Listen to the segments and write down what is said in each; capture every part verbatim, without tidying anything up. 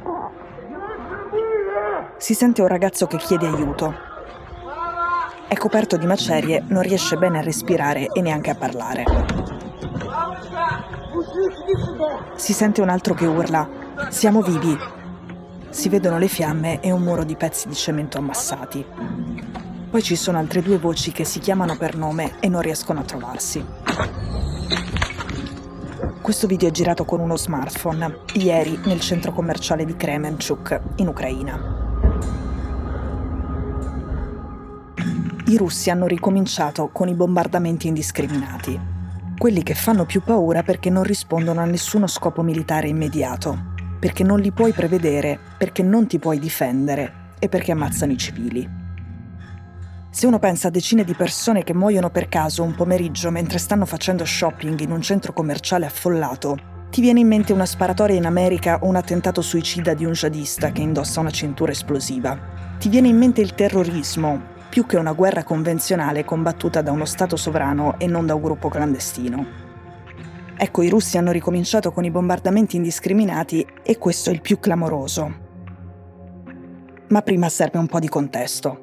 Si sente un ragazzo che chiede aiuto. È coperto di macerie, non riesce bene a respirare e neanche a parlare. Si sente un altro che urla: "Siamo vivi!" Si vedono le fiamme e un muro di pezzi di cemento ammassati. Poi ci sono altre due voci che si chiamano per nome e non riescono a trovarsi. Questo video è girato con uno smartphone, ieri nel centro commerciale di Kremenchuk, in Ucraina. I russi hanno ricominciato con i bombardamenti indiscriminati, quelli che fanno più paura perché non rispondono a nessuno scopo militare immediato, perché non li puoi prevedere, perché non ti puoi difendere e perché ammazzano i civili. Se uno pensa a decine di persone che muoiono per caso un pomeriggio mentre stanno facendo shopping in un centro commerciale affollato, ti viene in mente una sparatoria in America o un attentato suicida di un jihadista che indossa una cintura esplosiva. Ti viene in mente il terrorismo, più che una guerra convenzionale combattuta da uno Stato sovrano e non da un gruppo clandestino. Ecco, i russi hanno ricominciato con i bombardamenti indiscriminati e questo è il più clamoroso. Ma prima serve un po' di contesto.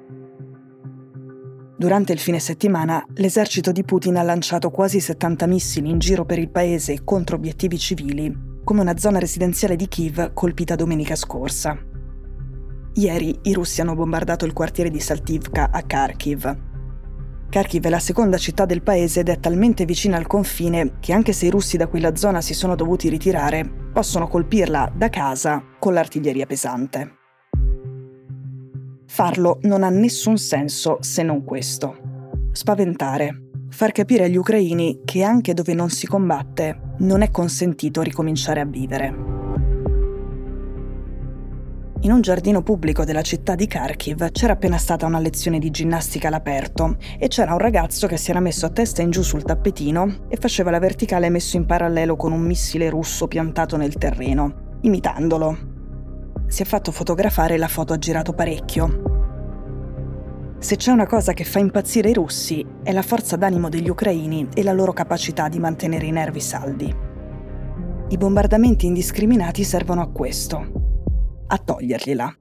Durante il fine settimana, l'esercito di Putin ha lanciato quasi settanta missili in giro per il paese contro obiettivi civili, come una zona residenziale di Kiev colpita domenica scorsa. Ieri i russi hanno bombardato il quartiere di Saltivka a Kharkiv. Kharkiv è la seconda città del paese ed è talmente vicina al confine che anche se i russi da quella zona si sono dovuti ritirare, possono colpirla da casa con l'artiglieria pesante. Farlo non ha nessun senso se non questo: spaventare, far capire agli ucraini che anche dove non si combatte non è consentito ricominciare a vivere. In un giardino pubblico della città di Kharkiv c'era appena stata una lezione di ginnastica all'aperto e c'era un ragazzo che si era messo a testa in giù sul tappetino e faceva la verticale messo in parallelo con un missile russo piantato nel terreno, imitandolo. Si è fatto fotografare e la foto ha girato parecchio. Se c'è una cosa che fa impazzire i russi è la forza d'animo degli ucraini e la loro capacità di mantenere i nervi saldi. I bombardamenti indiscriminati servono a questo: a togliergliela.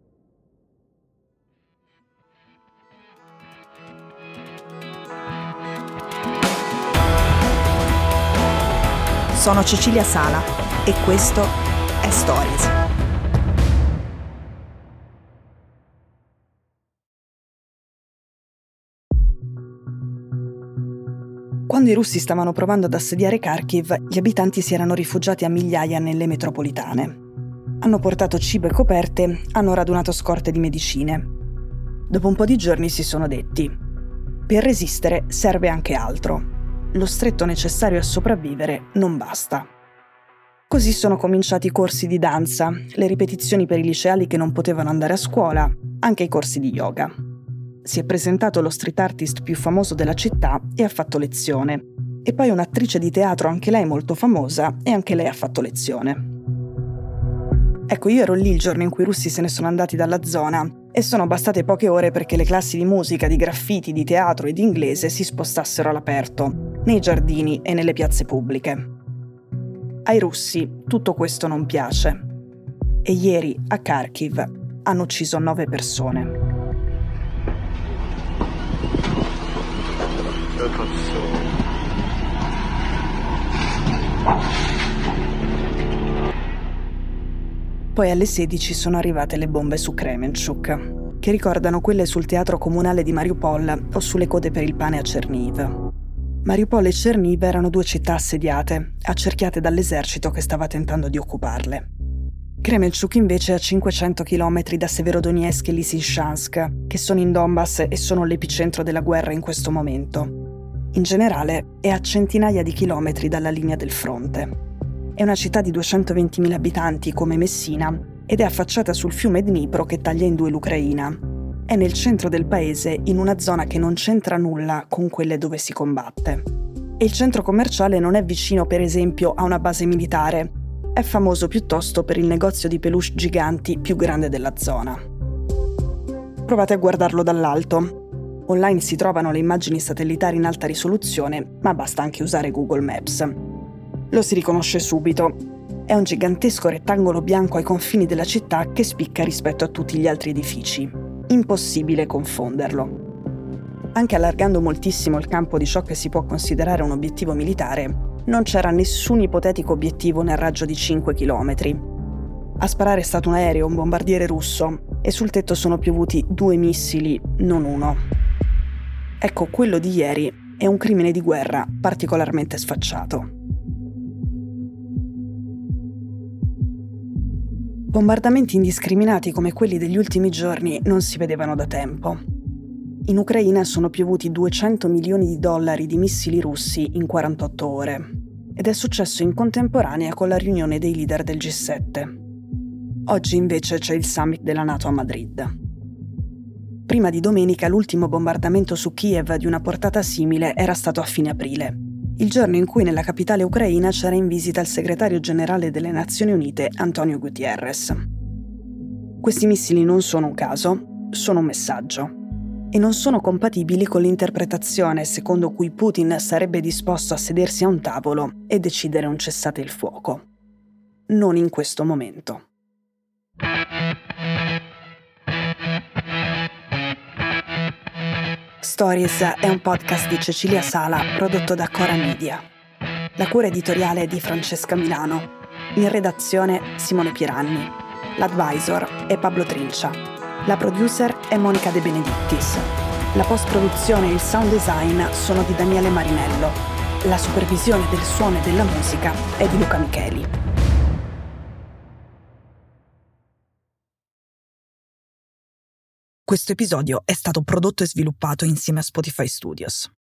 Sono Cecilia Sala e questo è Stories. Quando i russi stavano provando ad assediare Kharkiv, gli abitanti si erano rifugiati a migliaia nelle metropolitane. Hanno portato cibo e coperte, hanno radunato scorte di medicine. Dopo un po' di giorni si sono detti: per resistere serve anche altro. Lo stretto necessario a sopravvivere non basta. Così sono cominciati i corsi di danza, le ripetizioni per i liceali che non potevano andare a scuola, anche i corsi di yoga. Si è presentato lo street artist più famoso della città e ha fatto lezione. E poi un'attrice di teatro, anche lei molto famosa, e anche lei ha fatto lezione. Ecco, io ero lì il giorno in cui i russi se ne sono andati dalla zona e sono bastate poche ore perché le classi di musica, di graffiti, di teatro e di inglese si spostassero all'aperto, nei giardini e nelle piazze pubbliche. Ai russi tutto questo non piace e ieri a Kharkiv hanno ucciso nove persone. Poi alle sedici sono arrivate le bombe su Kremenchuk, che ricordano quelle sul teatro comunale di Mariupol o sulle code per il pane a Cherniv. Mariupol e Cherniv erano due città assediate, accerchiate dall'esercito che stava tentando di occuparle. Kremenchuk invece è a cinquecento chilometri da Severodonetsk e Lysychansk, che sono in Donbass e sono l'epicentro della guerra in questo momento. In generale è a centinaia di chilometri dalla linea del fronte. È una città di duecentoventimila abitanti come Messina ed è affacciata sul fiume Dnipro che taglia in due l'Ucraina. È nel centro del paese, in una zona che non c'entra nulla con quelle dove si combatte. E il centro commerciale non è vicino, per esempio, a una base militare. È famoso piuttosto per il negozio di peluche giganti più grande della zona. Provate a guardarlo dall'alto. Online si trovano le immagini satellitari in alta risoluzione, ma basta anche usare Google Maps. Lo si riconosce subito. È un gigantesco rettangolo bianco ai confini della città che spicca rispetto a tutti gli altri edifici. Impossibile confonderlo. Anche allargando moltissimo il campo di ciò che si può considerare un obiettivo militare, non c'era nessun ipotetico obiettivo nel raggio di cinque chilometri. A sparare è stato un aereo, un bombardiere russo, e sul tetto sono piovuti due missili, non uno. Ecco, quello di ieri è un crimine di guerra particolarmente sfacciato. Bombardamenti indiscriminati come quelli degli ultimi giorni non si vedevano da tempo. In Ucraina sono piovuti duecento milioni di dollari di missili russi in quarantotto ore. Ed è successo in contemporanea con la riunione dei leader del G sette. Oggi invece c'è il summit della NATO a Madrid. Prima di domenica l'ultimo bombardamento su Kiev di una portata simile era stato a fine aprile, il giorno in cui nella capitale ucraina c'era in visita il segretario generale delle Nazioni Unite Antonio Guterres. Questi missili non sono un caso, sono un messaggio. E non sono compatibili con l'interpretazione secondo cui Putin sarebbe disposto a sedersi a un tavolo e decidere un cessate il fuoco. Non in questo momento. Stories è un podcast di Cecilia Sala prodotto da Cora Media. La cura editoriale è di Francesca Milano. In redazione Simone Piranni. L'advisor è Pablo Trincia. La producer è Monica De Benedictis. La post-produzione e il sound design sono di Daniele Marinello. La supervisione del suono e della musica è di Luca Micheli. Questo episodio è stato prodotto e sviluppato insieme a Spotify Studios.